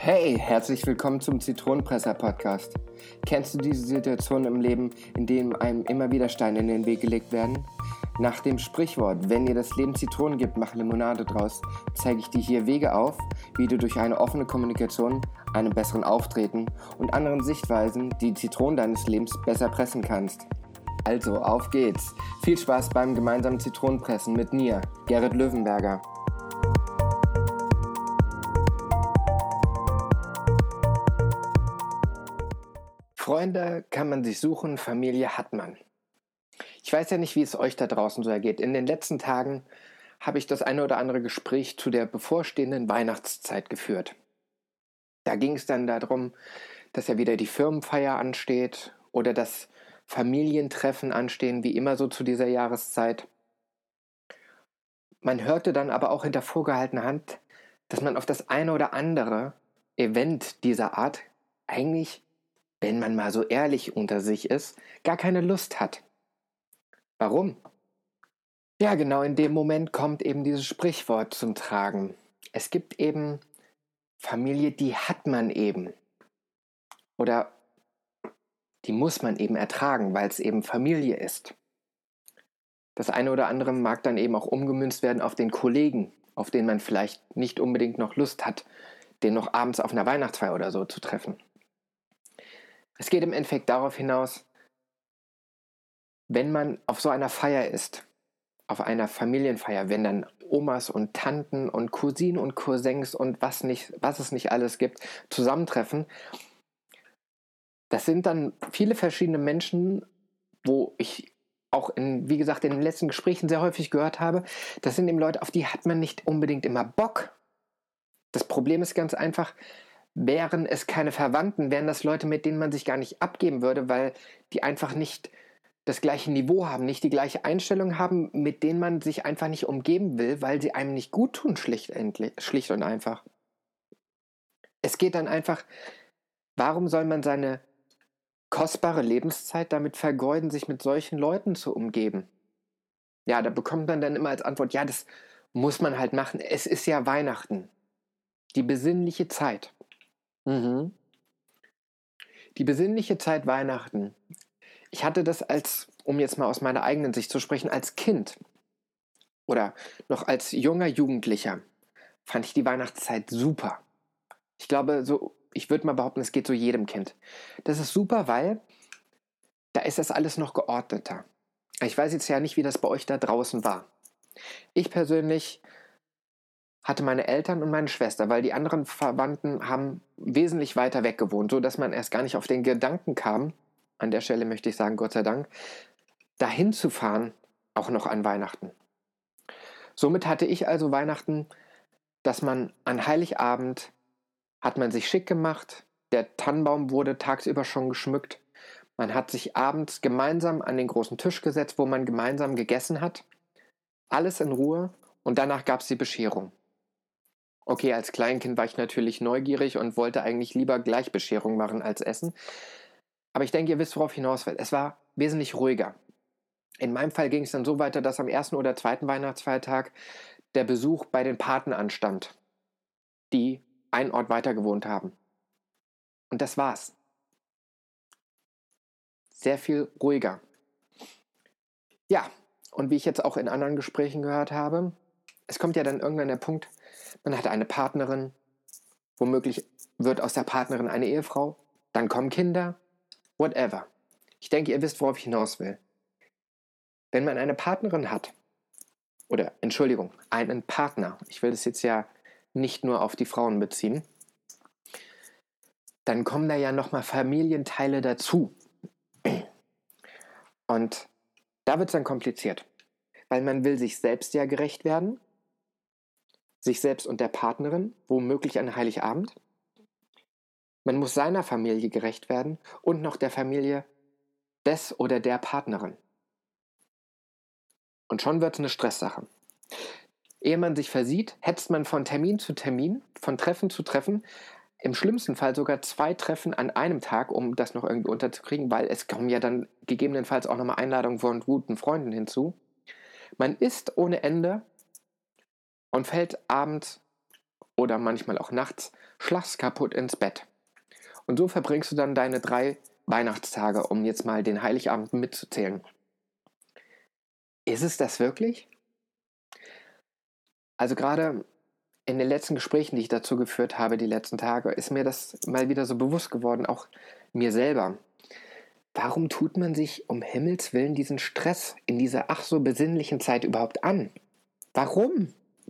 Hey, herzlich willkommen zum Zitronenpresser-Podcast. Kennst du diese Situation im Leben, in denen einem immer wieder Steine in den Weg gelegt werden? Nach dem Sprichwort, wenn dir das Leben Zitronen gibt, mach Limonade draus, zeige ich dir hier Wege auf, wie du durch eine offene Kommunikation, einem besseren Auftreten und anderen Sichtweisen die Zitronen deines Lebens besser pressen kannst. Also, auf geht's. Viel Spaß beim gemeinsamen Zitronenpressen mit mir, Gerrit Löwenberger. Freunde kann man sich suchen, Familie hat man. Ich weiß ja nicht, wie es euch da draußen so ergeht. In den letzten Tagen habe ich das eine oder andere Gespräch zu der bevorstehenden Weihnachtszeit geführt. Da ging es dann darum, dass ja wieder die Firmenfeier ansteht oder dass Familientreffen anstehen, wie immer so zu dieser Jahreszeit. Man hörte dann aber auch hinter vorgehaltener Hand, dass man auf das eine oder andere Event dieser Art eigentlich, wenn man mal so ehrlich unter sich ist, gar keine Lust hat. Warum? Ja, genau in dem Moment kommt eben dieses Sprichwort zum Tragen. Es gibt eben Familie, die hat man eben. Oder die muss man eben ertragen, weil es eben Familie ist. Das eine oder andere mag dann eben auch umgemünzt werden auf den Kollegen, auf den man vielleicht nicht unbedingt noch Lust hat, den noch abends auf einer Weihnachtsfeier oder so zu treffen. Es geht im Endeffekt darauf hinaus, wenn man auf so einer Feier ist, auf einer Familienfeier, wenn dann Omas und Tanten und Cousinen und Cousins und was es nicht alles gibt, zusammentreffen, das sind dann viele verschiedene Menschen, wo ich auch wie gesagt, in den letzten Gesprächen sehr häufig gehört habe, das sind eben Leute, auf die hat man nicht unbedingt immer Bock. Das Problem ist ganz einfach, wären es keine Verwandten, wären das Leute, mit denen man sich gar nicht abgeben würde, weil die einfach nicht das gleiche Niveau haben, nicht die gleiche Einstellung haben, mit denen man sich einfach nicht umgeben will, weil sie einem nicht gut tun, schlicht und einfach. Es geht dann einfach, warum soll man seine kostbare Lebenszeit damit vergeuden, sich mit solchen Leuten zu umgeben? Ja, da bekommt man dann immer als Antwort, ja, das muss man halt machen. Es ist ja Weihnachten. Die besinnliche Zeit. Die besinnliche Zeit Weihnachten. Ich hatte das um jetzt mal aus meiner eigenen Sicht zu sprechen, als Kind oder noch als junger Jugendlicher fand ich die Weihnachtszeit super. Ich glaube, ich würde mal behaupten, es geht so jedem Kind. Das ist super, weil da ist das alles noch geordneter. Ich weiß jetzt ja nicht, wie das bei euch da draußen war. Ich persönlich hatte meine Eltern und meine Schwester, weil die anderen Verwandten haben wesentlich weiter weg gewohnt, sodass man erst gar nicht auf den Gedanken kam, an der Stelle möchte ich sagen, Gott sei Dank, dahin zu fahren, auch noch an Weihnachten. Somit hatte ich also Weihnachten, dass man an Heiligabend hat man sich schick gemacht, der Tannenbaum wurde tagsüber schon geschmückt, man hat sich abends gemeinsam an den großen Tisch gesetzt, wo man gemeinsam gegessen hat, alles in Ruhe und danach gab es die Bescherung. Okay, als Kleinkind war ich natürlich neugierig und wollte eigentlich lieber gleich Bescherung machen als essen. Aber ich denke, ihr wisst, worauf ich hinaus will. Es war wesentlich ruhiger. In meinem Fall ging es dann so weiter, dass am ersten oder zweiten Weihnachtsfeiertag der Besuch bei den Paten anstand, die einen Ort weiter gewohnt haben. Und das war's. Sehr viel ruhiger. Ja, und wie ich jetzt auch in anderen Gesprächen gehört habe, es kommt ja dann irgendwann der Punkt, man hat eine Partnerin, womöglich wird aus der Partnerin eine Ehefrau, dann kommen Kinder, whatever. Ich denke, ihr wisst, worauf ich hinaus will. Wenn man eine Partnerin hat, oder Entschuldigung, einen Partner, ich will das jetzt ja nicht nur auf die Frauen beziehen, dann kommen da ja nochmal Familienteile dazu. Und da wird es dann kompliziert, weil man will sich selbst ja gerecht werden, sich selbst und der Partnerin, womöglich an Heiligabend. Man muss seiner Familie gerecht werden und noch der Familie des oder der Partnerin. Und schon wird es eine Stresssache. Ehe man sich versieht, hetzt man von Termin zu Termin, von Treffen zu Treffen, im schlimmsten Fall sogar 2 Treffen an einem Tag, um das noch irgendwie unterzukriegen, weil es kommen ja dann gegebenenfalls auch nochmal Einladungen von guten Freunden hinzu. Man isst ohne Ende und fällt abends oder manchmal auch nachts schlafst kaputt ins Bett. Und so verbringst du dann deine 3 Weihnachtstage, um jetzt mal den Heiligabend mitzuzählen. Ist es das wirklich? Also gerade in den letzten Gesprächen, die ich dazu geführt habe, die letzten Tage, ist mir das mal wieder so bewusst geworden, auch mir selber. Warum tut man sich um Himmels Willen diesen Stress in dieser ach so besinnlichen Zeit überhaupt an? Warum?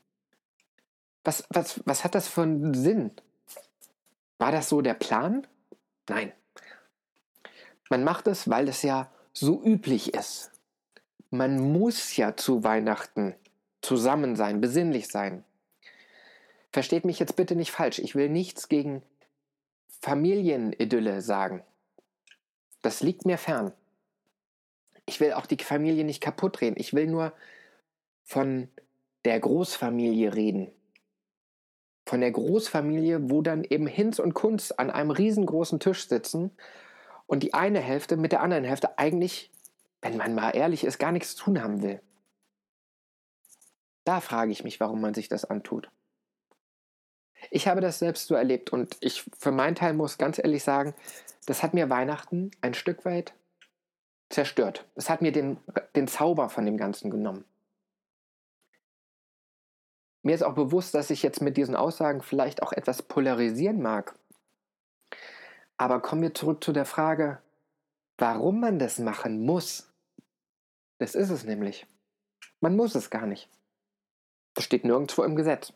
Was hat das für einen Sinn? War das so der Plan? Nein. Man macht es, weil es ja so üblich ist. Man muss ja zu Weihnachten zusammen sein, besinnlich sein. Versteht mich jetzt bitte nicht falsch. Ich will nichts gegen Familienidylle sagen. Das liegt mir fern. Ich will auch die Familie nicht kaputt reden. Ich will nur von der Großfamilie reden. Von der Großfamilie, wo dann eben Hinz und Kunz an einem riesengroßen Tisch sitzen und die eine Hälfte mit der anderen Hälfte eigentlich, wenn man mal ehrlich ist, gar nichts zu tun haben will. Da frage ich mich, warum man sich das antut. Ich habe das selbst so erlebt und ich für meinen Teil muss ganz ehrlich sagen, das hat mir Weihnachten ein Stück weit zerstört. Es hat mir den Zauber von dem Ganzen genommen. Mir ist auch bewusst, dass ich jetzt mit diesen Aussagen vielleicht auch etwas polarisieren mag. Aber kommen wir zurück zu der Frage, warum man das machen muss. Das ist es nämlich. Man muss es gar nicht. Das steht nirgendwo im Gesetz.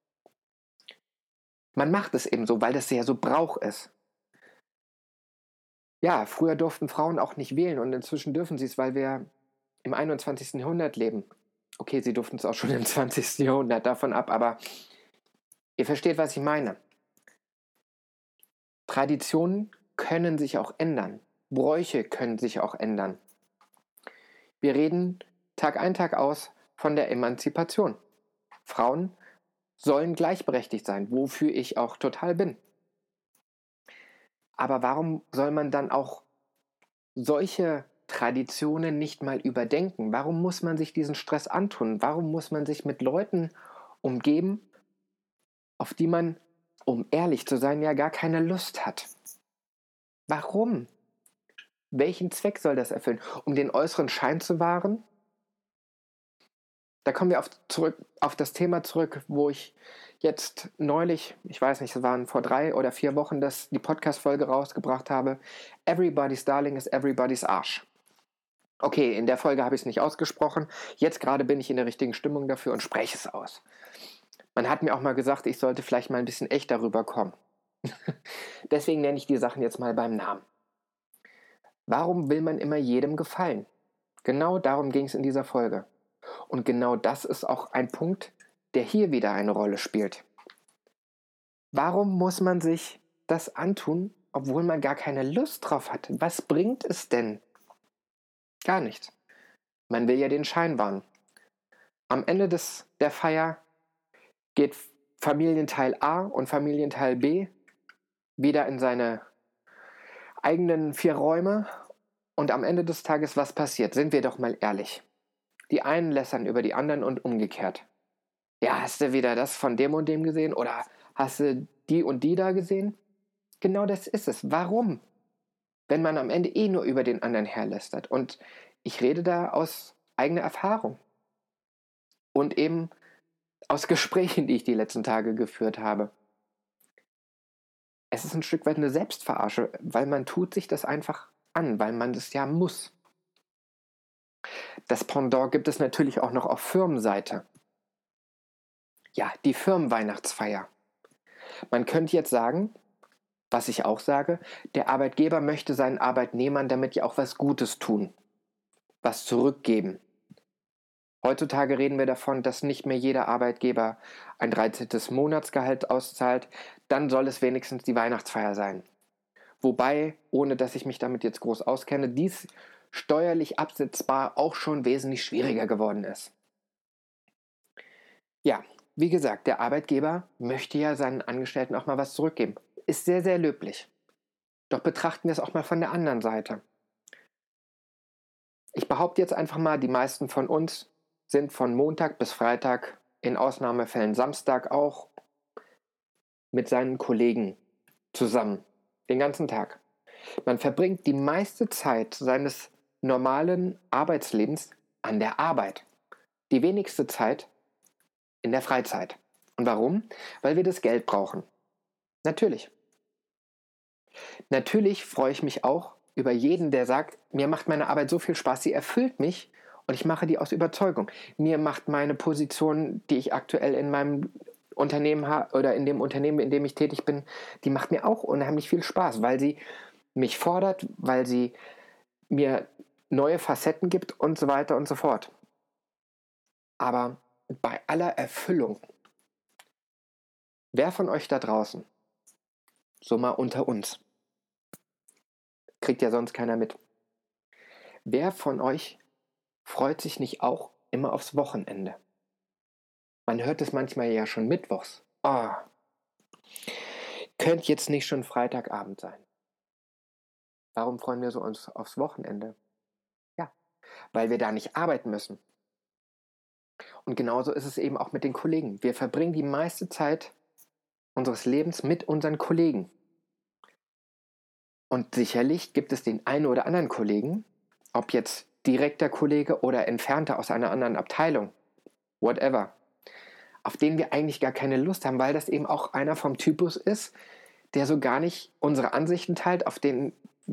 Man macht es eben so, weil das ja so Brauch ist. Ja, früher durften Frauen auch nicht wählen und inzwischen dürfen sie es, weil wir im 21. Jahrhundert leben. Okay, sie durften es auch schon im 20. Jahrhundert, davon ab, aber ihr versteht, was ich meine. Traditionen können sich auch ändern. Bräuche können sich auch ändern. Wir reden Tag ein, Tag aus von der Emanzipation. Frauen sollen gleichberechtigt sein, wofür ich auch total bin. Aber warum soll man dann auch solche Traditionen nicht mal überdenken? Warum muss man sich diesen Stress antun? Warum muss man sich mit Leuten umgeben, auf die man, um ehrlich zu sein, ja gar keine Lust hat? Warum? Welchen Zweck soll das erfüllen? Um den äußeren Schein zu wahren? Da kommen wir auf das Thema zurück, wo ich jetzt neulich, ich weiß nicht, es waren vor 3 oder 4 Wochen, die Podcast-Folge rausgebracht habe. Everybody's Darling is everybody's Arsch. Okay, in der Folge habe ich es nicht ausgesprochen. Jetzt gerade bin ich in der richtigen Stimmung dafür und spreche es aus. Man hat mir auch mal gesagt, ich sollte vielleicht mal ein bisschen echter rüberkommen. Deswegen nenne ich die Sachen jetzt mal beim Namen. Warum will man immer jedem gefallen? Genau darum ging es in dieser Folge. Und genau das ist auch ein Punkt, der hier wieder eine Rolle spielt. Warum muss man sich das antun, obwohl man gar keine Lust drauf hat? Was bringt es denn? Gar nichts. Man will ja den Schein wahren. Am Ende der Feier geht Familienteil A und Familienteil B wieder in seine eigenen 4 Räume und am Ende des Tages, was passiert? Sind wir doch mal ehrlich. Die einen lässern über die anderen und umgekehrt. Ja, hast du wieder das von dem und dem gesehen? Oder hast du die und die da gesehen? Genau das ist es. Warum? Wenn man am Ende nur über den anderen herlästert. Und ich rede da aus eigener Erfahrung. Und eben aus Gesprächen, die ich die letzten Tage geführt habe. Es ist ein Stück weit eine Selbstverarsche, weil man tut sich das einfach an, weil man das ja muss. Das Pendant gibt es natürlich auch noch auf Firmenseite. Ja, die Firmenweihnachtsfeier. Man könnte jetzt sagen, was ich auch sage, der Arbeitgeber möchte seinen Arbeitnehmern damit ja auch was Gutes tun, was zurückgeben. Heutzutage reden wir davon, dass nicht mehr jeder Arbeitgeber ein 13. Monatsgehalt auszahlt, dann soll es wenigstens die Weihnachtsfeier sein. Wobei, ohne dass ich mich damit jetzt groß auskenne, dies steuerlich absetzbar auch schon wesentlich schwieriger geworden ist. Ja, wie gesagt, der Arbeitgeber möchte ja seinen Angestellten auch mal was zurückgeben. Ist sehr, sehr löblich. Doch betrachten wir es auch mal von der anderen Seite. Ich behaupte jetzt einfach mal, die meisten von uns sind von Montag bis Freitag, in Ausnahmefällen Samstag auch, mit seinen Kollegen zusammen, den ganzen Tag. Man verbringt die meiste Zeit seines normalen Arbeitslebens an der Arbeit, die wenigste Zeit in der Freizeit. Und warum? Weil wir das Geld brauchen. Natürlich. Natürlich freue ich mich auch über jeden, der sagt, mir macht meine Arbeit so viel Spaß, sie erfüllt mich und ich mache die aus Überzeugung. Mir macht meine Position, die ich aktuell in meinem Unternehmen habe oder in dem Unternehmen, in dem ich tätig bin, die macht mir auch unheimlich viel Spaß, weil sie mich fordert, weil sie mir neue Facetten gibt und so weiter und so fort. Aber bei aller Erfüllung, wer von euch da draußen, so mal unter uns, kriegt ja sonst keiner mit, wer von euch freut sich nicht auch immer aufs Wochenende? Man hört es manchmal ja schon mittwochs. Oh, könnte jetzt nicht schon Freitagabend sein. Warum freuen wir so uns aufs Wochenende? Ja, weil wir da nicht arbeiten müssen. Und genauso ist es eben auch mit den Kollegen. Wir verbringen die meiste Zeit unseres Lebens mit unseren Kollegen. Und sicherlich gibt es den einen oder anderen Kollegen, ob jetzt direkter Kollege oder entfernter aus einer anderen Abteilung, whatever, auf den wir eigentlich gar keine Lust haben, weil das eben auch einer vom Typus ist, der so gar nicht unsere Ansichten teilt, auf den,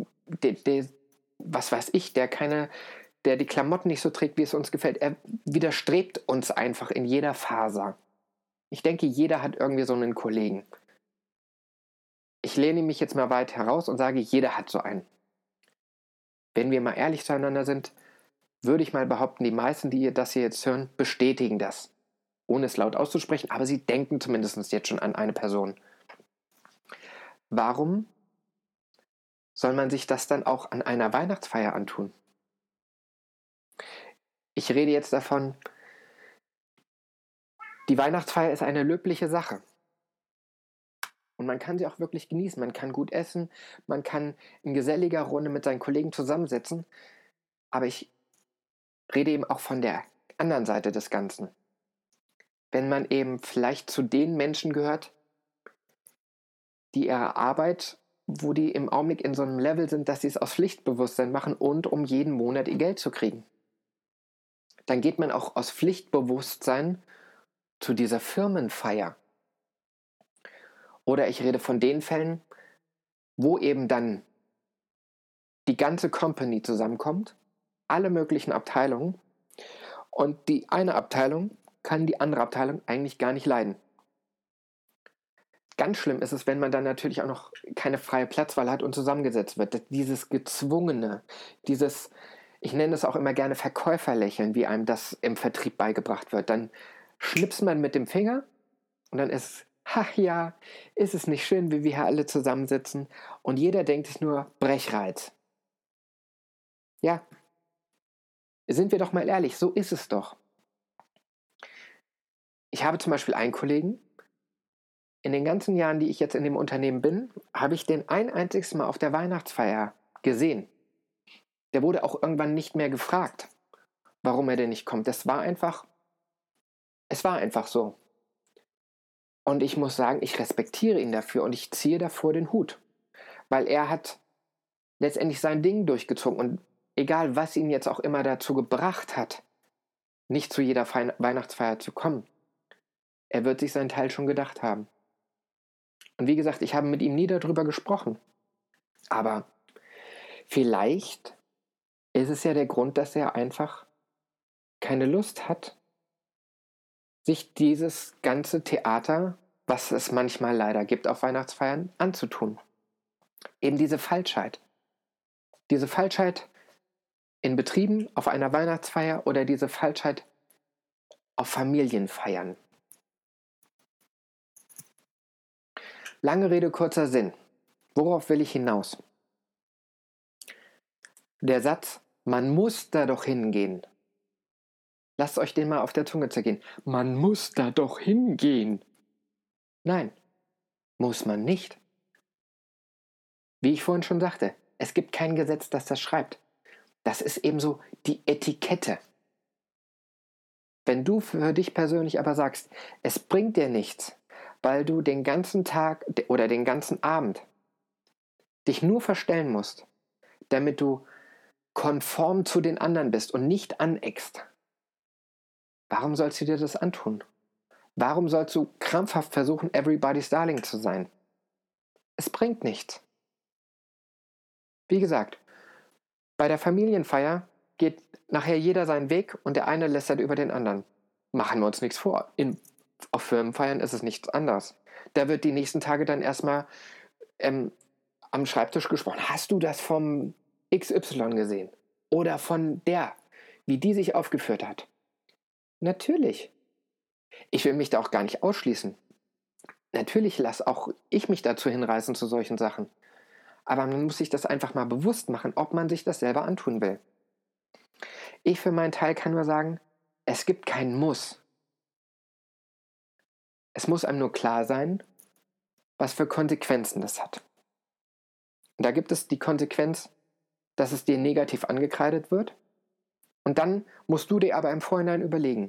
was weiß ich, der die Klamotten nicht so trägt, wie es uns gefällt. Er widerstrebt uns einfach in jeder Faser. Ich denke, jeder hat irgendwie so einen Kollegen. Ich lehne mich jetzt mal weit heraus und sage, jeder hat so einen. Wenn wir mal ehrlich zueinander sind, würde ich mal behaupten, die meisten, die das hier jetzt hören, bestätigen das. Ohne es laut auszusprechen, aber sie denken zumindest jetzt schon an eine Person. Warum soll man sich das dann auch an einer Weihnachtsfeier antun? Ich rede jetzt davon, die Weihnachtsfeier ist eine löbliche Sache. Und man kann sie auch wirklich genießen. Man kann gut essen, man kann in geselliger Runde mit seinen Kollegen zusammensitzen. Aber ich rede eben auch von der anderen Seite des Ganzen. Wenn man eben vielleicht zu den Menschen gehört, die ihre Arbeit, wo die im Augenblick in so einem Level sind, dass sie es aus Pflichtbewusstsein machen und um jeden Monat ihr Geld zu kriegen. Dann geht man auch aus Pflichtbewusstsein zu dieser Firmenfeier. Oder ich rede von den Fällen, wo eben dann die ganze Company zusammenkommt, alle möglichen Abteilungen, und die eine Abteilung kann die andere Abteilung eigentlich gar nicht leiden. Ganz schlimm ist es, wenn man dann natürlich auch noch keine freie Platzwahl hat und zusammengesetzt wird. Dieses Gezwungene, dieses, ich nenne es auch immer gerne Verkäuferlächeln, wie einem das im Vertrieb beigebracht wird. Dann schnipst man mit dem Finger und dann ist, ach ja, ist es nicht schön, wie wir hier alle zusammensitzen? Und jeder denkt sich nur, Brechreiz. Ja, sind wir doch mal ehrlich, so ist es doch. Ich habe zum Beispiel einen Kollegen, in den ganzen Jahren, die ich jetzt in dem Unternehmen bin, habe ich den ein einziges Mal auf der Weihnachtsfeier gesehen. Der wurde auch irgendwann nicht mehr gefragt, warum er denn nicht kommt. Es war einfach so. Und ich muss sagen, ich respektiere ihn dafür und ich ziehe davor den Hut. Weil er hat letztendlich sein Ding durchgezogen. Und egal, was ihn jetzt auch immer dazu gebracht hat, nicht zu jeder Weihnachtsfeier zu kommen, er wird sich seinen Teil schon gedacht haben. Und wie gesagt, ich habe mit ihm nie darüber gesprochen. Aber vielleicht ist es ja der Grund, dass er einfach keine Lust hat, sich dieses ganze Theater, was es manchmal leider gibt auf Weihnachtsfeiern, anzutun. Eben diese Falschheit. Diese Falschheit in Betrieben, auf einer Weihnachtsfeier oder diese Falschheit auf Familienfeiern. Lange Rede, kurzer Sinn. Worauf will ich hinaus? Der Satz, man muss da doch hingehen. Lasst euch den mal auf der Zunge zergehen. Man muss da doch hingehen. Nein, muss man nicht. Wie ich vorhin schon sagte, es gibt kein Gesetz, das das schreibt. Das ist ebenso die Etikette. Wenn du für dich persönlich aber sagst, es bringt dir nichts, weil du den ganzen Tag oder den ganzen Abend dich nur verstellen musst, damit du konform zu den anderen bist und nicht aneckst. Warum sollst du dir das antun? Warum sollst du krampfhaft versuchen, everybody's darling zu sein? Es bringt nichts. Wie gesagt, bei der Familienfeier geht nachher jeder seinen Weg und der eine lästert über den anderen. Machen wir uns nichts vor. Auf Firmenfeiern ist es nichts anderes. Da wird die nächsten Tage dann erstmal am Schreibtisch gesprochen. Hast du das vom XY gesehen? Oder von der, wie die sich aufgeführt hat? Natürlich. Ich will mich da auch gar nicht ausschließen. Natürlich lasse auch ich mich dazu hinreißen zu solchen Sachen. Aber man muss sich das einfach mal bewusst machen, ob man sich das selber antun will. Ich für meinen Teil kann nur sagen, es gibt kein Muss. Es muss einem nur klar sein, was für Konsequenzen das hat. Und da gibt es die Konsequenz, dass es dir negativ angekreidet wird. Und dann musst du dir aber im Vorhinein überlegen,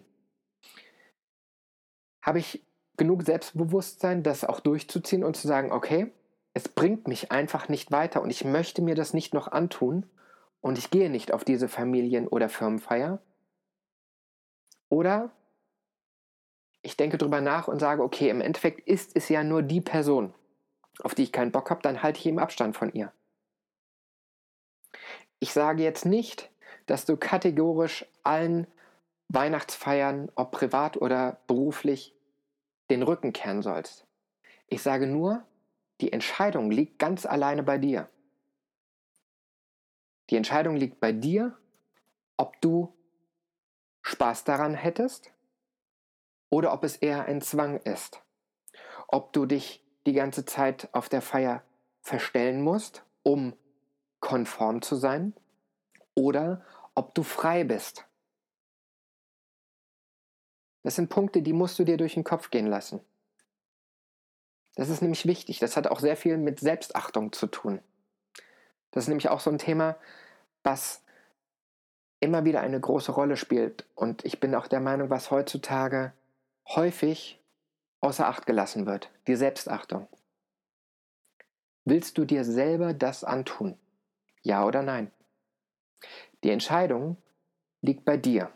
habe ich genug Selbstbewusstsein, das auch durchzuziehen und zu sagen, okay, es bringt mich einfach nicht weiter und ich möchte mir das nicht noch antun und ich gehe nicht auf diese Familien- oder Firmenfeier. Oder ich denke drüber nach und sage, okay, im Endeffekt ist es ja nur die Person, auf die ich keinen Bock habe, dann halte ich eben Abstand von ihr. Ich sage jetzt nicht, dass du kategorisch allen Weihnachtsfeiern, ob privat oder beruflich, den Rücken kehren sollst. Ich sage nur, die Entscheidung liegt ganz alleine bei dir. Die Entscheidung liegt bei dir, ob du Spaß daran hättest oder ob es eher ein Zwang ist. Ob du dich die ganze Zeit auf der Feier verstellen musst, um konform zu sein, oder ob du frei bist. Das sind Punkte, die musst du dir durch den Kopf gehen lassen. Das ist nämlich wichtig. Das hat auch sehr viel mit Selbstachtung zu tun. Das ist nämlich auch so ein Thema, was immer wieder eine große Rolle spielt. Und ich bin auch der Meinung, was heutzutage häufig außer Acht gelassen wird. Die Selbstachtung. Willst du dir selber das antun? Ja oder nein? Die Entscheidung liegt bei dir.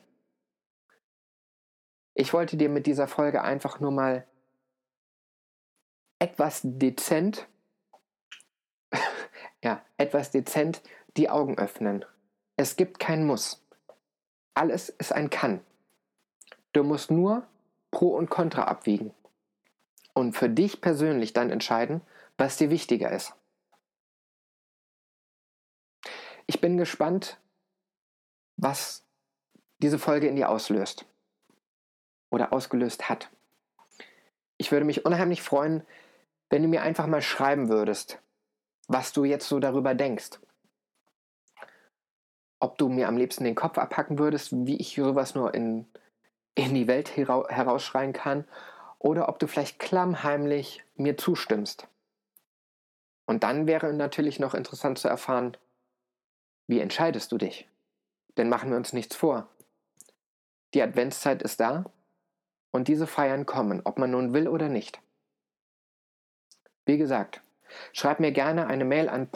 Ich wollte dir mit dieser Folge einfach nur mal etwas dezent die Augen öffnen. Es gibt kein Muss. Alles ist ein Kann. Du musst nur Pro und Contra abwiegen und für dich persönlich dann entscheiden, was dir wichtiger ist. Ich bin gespannt, was diese Folge in dir auslöst oder ausgelöst hat. Ich würde mich unheimlich freuen, wenn du mir einfach mal schreiben würdest, was du jetzt so darüber denkst. Ob du mir am liebsten den Kopf abhacken würdest, wie ich sowas nur in die Welt herausschreien kann, oder ob du vielleicht klammheimlich mir zustimmst. Und dann wäre natürlich noch interessant zu erfahren, wie entscheidest du dich? Denn machen wir uns nichts vor. Die Adventszeit ist da und diese Feiern kommen, ob man nun will oder nicht. Wie gesagt, schreib mir gerne eine Mail an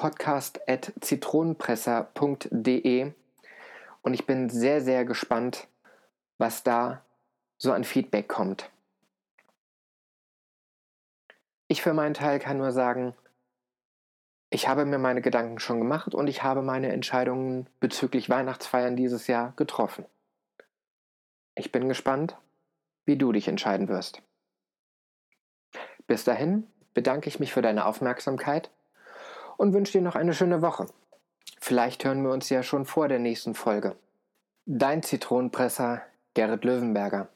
podcast@zitronenpresser.de und ich bin sehr, sehr gespannt, was da so an Feedback kommt. Ich für meinen Teil kann nur sagen, ich habe mir meine Gedanken schon gemacht und ich habe meine Entscheidungen bezüglich Weihnachtsfeiern dieses Jahr getroffen. Ich bin gespannt, wie du dich entscheiden wirst. Bis dahin bedanke ich mich für deine Aufmerksamkeit und wünsche dir noch eine schöne Woche. Vielleicht hören wir uns ja schon vor der nächsten Folge. Dein Zitronenpresser Gerrit Löwenberger.